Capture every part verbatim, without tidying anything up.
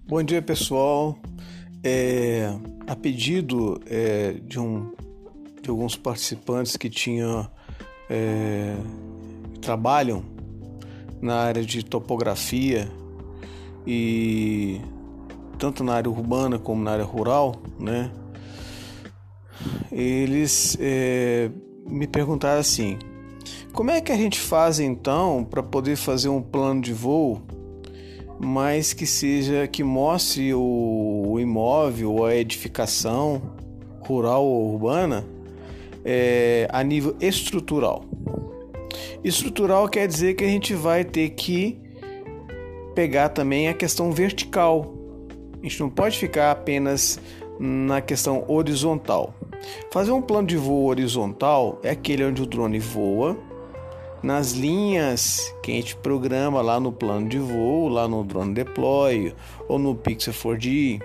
Bom dia, pessoal. É, a pedido é, de, um, de alguns participantes que tinham, é, trabalham na área de topografia e tanto na área urbana como na área rural, né? Eles é, me perguntaram assim: como é que a gente faz então para poder fazer um plano de voo, mas que seja que mostre o, o imóvel ou a edificação rural ou urbana é, a nível estrutural. Estrutural quer dizer que a gente vai ter que pegar também a questão vertical. A gente não pode ficar apenas na questão horizontal. Fazer um plano de voo horizontal é aquele onde o drone voa nas linhas que a gente programa lá no plano de voo, lá no Drone Deploy ou no Pixel quatro D.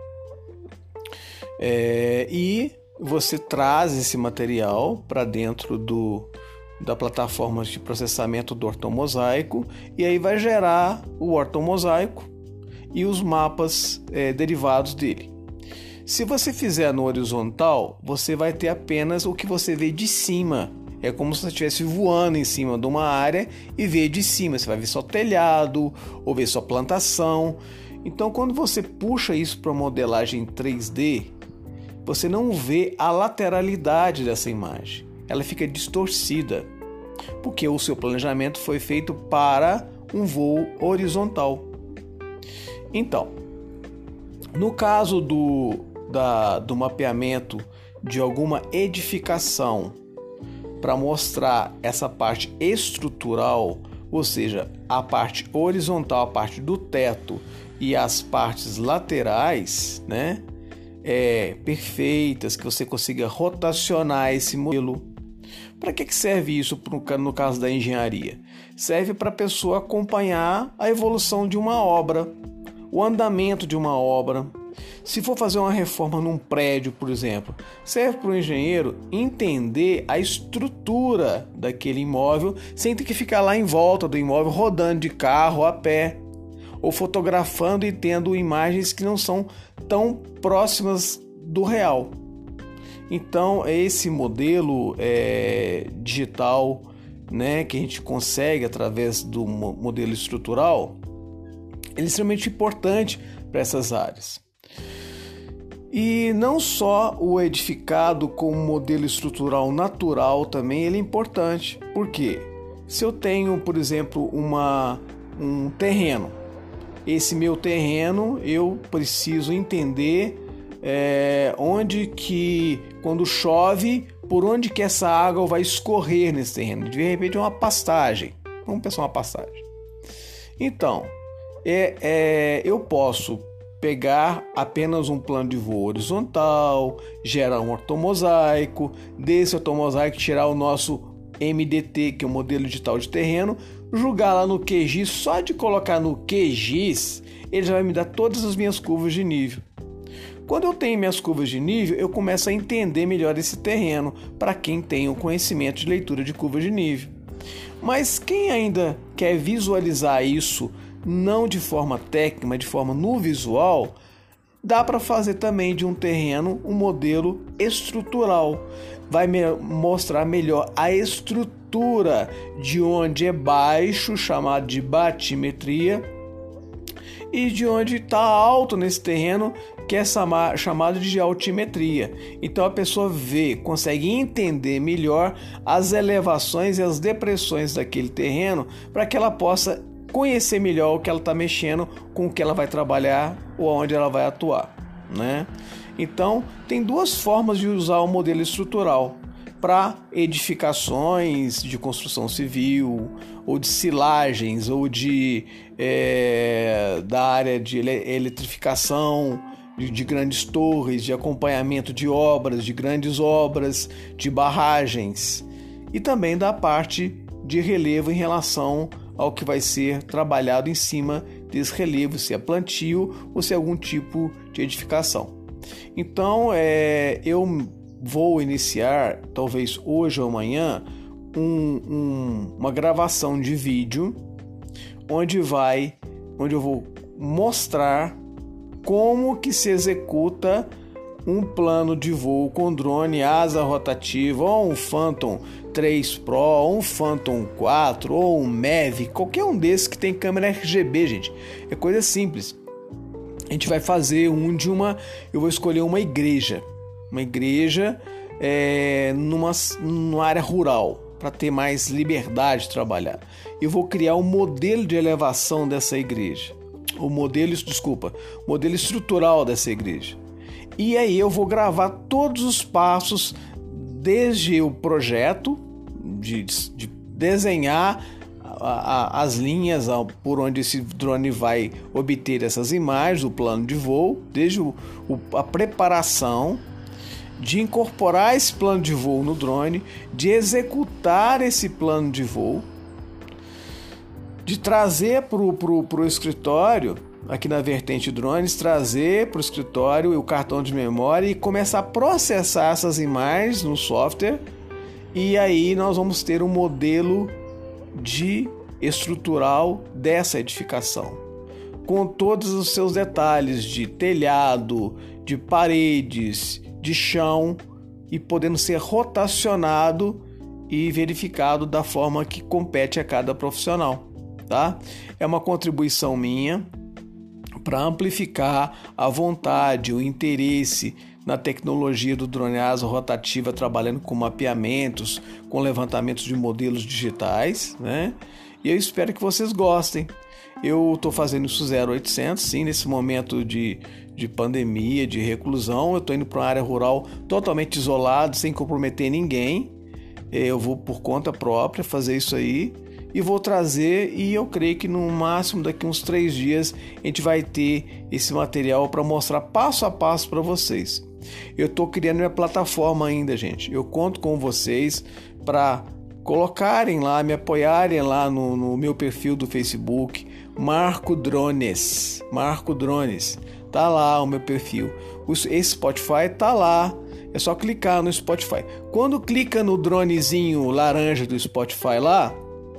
É, e você traz esse material para dentro do, da plataforma de processamento do ortomosaico e aí vai gerar o ortomosaico e os mapas é, derivados dele. Se você fizer no horizontal, você vai ter apenas o que você vê de cima. É como se você estivesse voando em cima de uma área e ver de cima. Você vai ver só telhado ou ver só plantação. Então, quando você puxa isso para modelagem três D, você não vê a lateralidade dessa imagem. Ela fica distorcida, porque o seu planejamento foi feito para um voo horizontal. Então, no caso do, da, do mapeamento de alguma edificação, para mostrar essa parte estrutural, ou seja, a parte horizontal, a parte do teto e as partes laterais, né, é, perfeitas, que você consiga rotacionar esse modelo. Para que, que serve isso no caso da engenharia? Serve para a pessoa acompanhar a evolução de uma obra, o andamento de uma obra. Se for fazer uma reforma num prédio, por exemplo, serve para o engenheiro entender a estrutura daquele imóvel sem ter que ficar lá em volta do imóvel rodando de carro a pé ou fotografando e tendo imagens que não são tão próximas do real. Então, esse modelo é, digital, né, que a gente consegue através do modelo estrutural, ele é extremamente importante para essas áreas. E não só o edificado com modelo estrutural natural também ele é importante. Por quê? Se eu tenho, por exemplo, uma, um terreno, esse meu terreno eu preciso entender é, onde que, quando chove, por onde que essa água vai escorrer nesse terreno. De repente é uma pastagem. Vamos pensar uma pastagem. Então, é, é, eu posso pegar apenas um plano de voo horizontal, gerar um ortomosaico, desse ortomosaico tirar o nosso M D T, que é o modelo digital de terreno, jogar lá no Q G I S. Só de colocar no Q G I S, ele já vai me dar todas as minhas curvas de nível. Quando eu tenho minhas curvas de nível, eu começo a entender melhor esse terreno, para quem tem o conhecimento de leitura de curvas de nível. Mas quem ainda quer visualizar isso, não de forma técnica, mas de forma no visual, dá para fazer também de um terreno um modelo estrutural. Vai me mostrar melhor a estrutura de onde é baixo, chamado de batimetria, e de onde está alto nesse terreno, que é chamado de altimetria. Então a pessoa vê, consegue entender melhor as elevações e as depressões daquele terreno, para que ela possa conhecer melhor o que ela está mexendo, com o que ela vai trabalhar ou aonde ela vai atuar, né? Então, tem duas formas de usar o modelo estrutural: para edificações de construção civil, ou de silagens, ou de é, da área de eletrificação, de, de grandes torres, de acompanhamento de obras, de grandes obras, de barragens, e também da parte de relevo em relação ao que vai ser trabalhado em cima desse relevo, se é plantio ou se é algum tipo de edificação. Então, é, eu vou iniciar, talvez hoje ou amanhã, um, um, uma gravação de vídeo onde vai, onde eu vou mostrar como que se executa um plano de voo com drone asa rotativa, ou um Phantom três Pro, ou um Phantom quatro, ou um Mavic, qualquer um desses que tem câmera R G B, gente. É coisa simples. A gente vai fazer um de uma... Eu vou escolher uma igreja. Uma igreja é, numa, numa área rural, para ter mais liberdade de trabalhar. Eu vou criar um modelo de elevação dessa igreja. O modelo, desculpa, modelo estrutural dessa igreja. E aí eu vou gravar todos os passos, desde o projeto, de, de desenhar a, a, as linhas por onde esse drone vai obter essas imagens, o plano de voo, desde o, o, a preparação, de incorporar esse plano de voo no drone, de executar esse plano de voo, de trazer para o escritório, aqui na Vertente Drones, trazer para o escritório o cartão de memória e começar a processar essas imagens no software, e aí nós vamos ter um modelo de estrutural dessa edificação, com todos os seus detalhes de telhado, de paredes, de chão, e podendo ser rotacionado e verificado da forma que compete a cada profissional, tá? É uma contribuição minha para amplificar a vontade, o interesse na tecnologia do drone asa rotativa, trabalhando com mapeamentos, com levantamentos de modelos digitais, né? E eu espero que vocês gostem. Eu estou fazendo isso zero oitocentos, sim, nesse momento de, de pandemia, de reclusão. Eu estou indo para uma área rural totalmente isolado, sem comprometer ninguém. Eu vou por conta própria fazer isso aí e vou trazer, e eu creio que no máximo daqui uns três dias a gente vai ter esse material para mostrar passo a passo para vocês. Eu estou criando minha plataforma ainda, gente. Eu conto com vocês para colocarem lá, me apoiarem lá no, no meu perfil do Facebook, Marco Drones. Marco Drones. Tá lá o meu perfil. Esse Spotify tá lá. É só clicar no Spotify. Quando clica no dronezinho laranja do Spotify lá,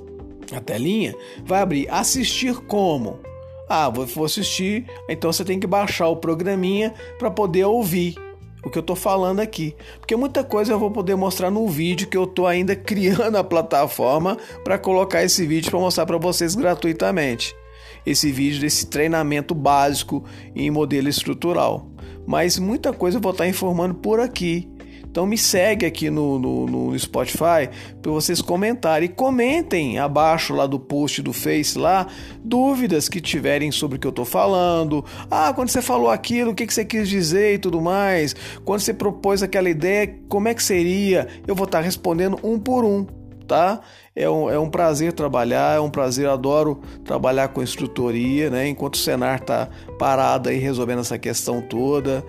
a telinha, vai abrir assistir como? Ah, vou assistir, então você tem que baixar o programinha para poder ouvir o que eu tô falando aqui. Porque muita coisa eu vou poder mostrar no vídeo, que eu tô ainda criando a plataforma para colocar esse vídeo para mostrar para vocês gratuitamente. Esse vídeo desse treinamento básico em modelo estrutural. Mas muita coisa eu vou estar informando por aqui. Então me segue aqui no, no, no Spotify para vocês comentarem. E comentem abaixo lá do post do Face lá, dúvidas que tiverem sobre o que eu estou falando. Ah, quando você falou aquilo, o que, que você quis dizer e tudo mais. Quando você propôs aquela ideia, como é que seria? Eu vou estar respondendo um por um, tá? É um, é um prazer trabalhar, é um prazer, adoro trabalhar com instrutoria, né? Enquanto o Senar está parado aí resolvendo essa questão toda,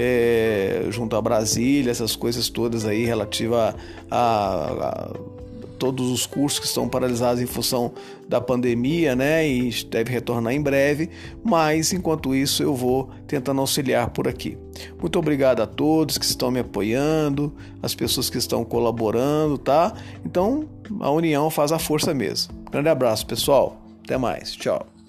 é, junto a Brasília, essas coisas todas aí relativa a, a, a todos os cursos que estão paralisados em função da pandemia, né? E deve retornar em breve, mas enquanto isso eu vou tentando auxiliar por aqui. Muito obrigado a todos que estão me apoiando, as pessoas que estão colaborando, tá? Então, a união faz a força mesmo. Grande abraço, pessoal. Até mais. Tchau.